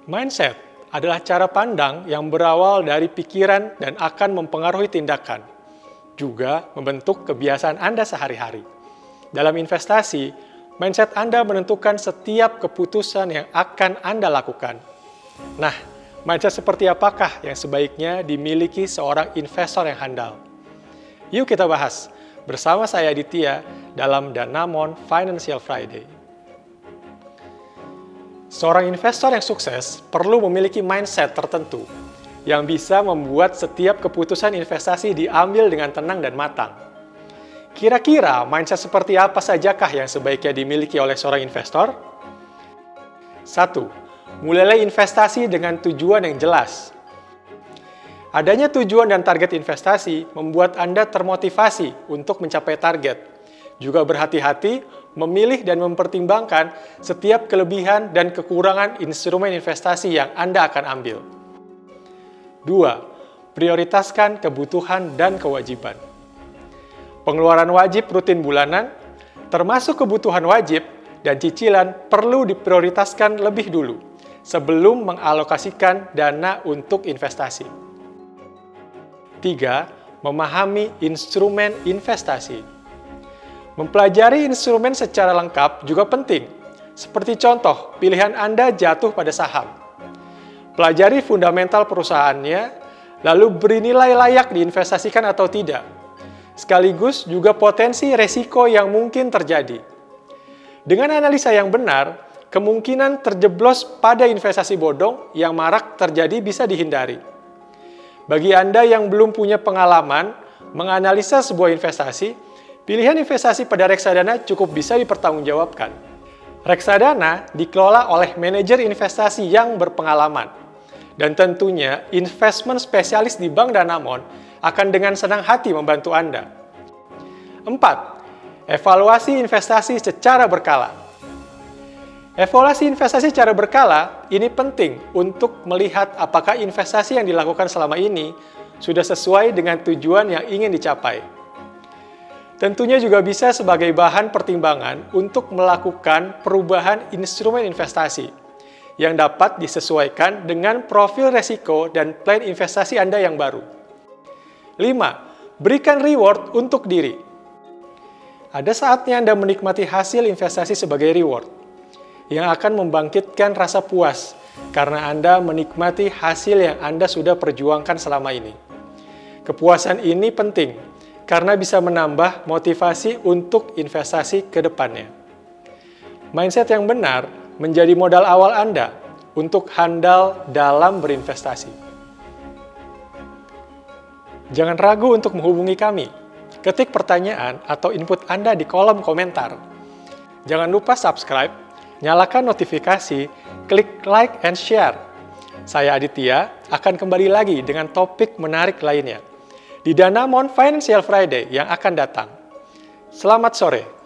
Mindset adalah cara pandang yang berawal dari pikiran dan akan mempengaruhi tindakan, juga membentuk kebiasaan Anda sehari-hari. Dalam investasi, mindset Anda menentukan setiap keputusan yang akan Anda lakukan. Nah, mindset seperti apakah yang sebaiknya dimiliki seorang investor yang handal? Yuk kita bahas bersama saya Aditya dalam Danamon Financial Friday. Seorang investor yang sukses perlu memiliki mindset tertentu yang bisa membuat setiap keputusan investasi diambil dengan tenang dan matang. Kira-kira mindset seperti apa sajakah yang sebaiknya dimiliki oleh seorang investor? 1. Mulailah investasi dengan tujuan yang jelas. Adanya tujuan dan target investasi membuat Anda termotivasi untuk mencapai target. Juga berhati-hati memilih dan mempertimbangkan setiap kelebihan dan kekurangan instrumen investasi yang Anda akan ambil. 2. Prioritaskan kebutuhan dan kewajiban. Pengeluaran wajib rutin bulanan, termasuk kebutuhan wajib dan cicilan perlu diprioritaskan lebih dulu sebelum mengalokasikan dana untuk investasi. 3. Memahami instrumen investasi. Mempelajari instrumen secara lengkap juga penting. Seperti contoh, pilihan Anda jatuh pada saham. Pelajari fundamental perusahaannya, lalu beri nilai layak diinvestasikan atau tidak. Sekaligus juga potensi resiko yang mungkin terjadi. Dengan analisa yang benar, kemungkinan terjeblos pada investasi bodong yang marak terjadi bisa dihindari. Bagi Anda yang belum punya pengalaman menganalisa sebuah investasi, pilihan investasi pada reksadana cukup bisa dipertanggungjawabkan. Reksadana dikelola oleh manajer investasi yang berpengalaman. Dan tentunya investment spesialis di Bank Danamon akan dengan senang hati membantu Anda. 4. Evaluasi investasi secara berkala. Evaluasi investasi secara berkala ini penting untuk melihat apakah investasi yang dilakukan selama ini sudah sesuai dengan tujuan yang ingin dicapai. Tentunya juga bisa sebagai bahan pertimbangan untuk melakukan perubahan instrumen investasi yang dapat disesuaikan dengan profil resiko dan plan investasi Anda yang baru. 5. Berikan reward untuk diri. Ada saatnya Anda menikmati hasil investasi sebagai reward yang akan membangkitkan rasa puas karena Anda menikmati hasil yang Anda sudah perjuangkan selama ini. Kepuasan ini penting karena bisa menambah motivasi untuk investasi ke depannya. Mindset yang benar menjadi modal awal Anda untuk handal dalam berinvestasi. Jangan ragu untuk menghubungi kami. Ketik pertanyaan atau input Anda di kolom komentar. Jangan lupa subscribe, nyalakan notifikasi, klik like and share. Saya Aditya akan kembali lagi dengan topik menarik lainnya di Danamon Financial Friday yang akan datang. Selamat sore.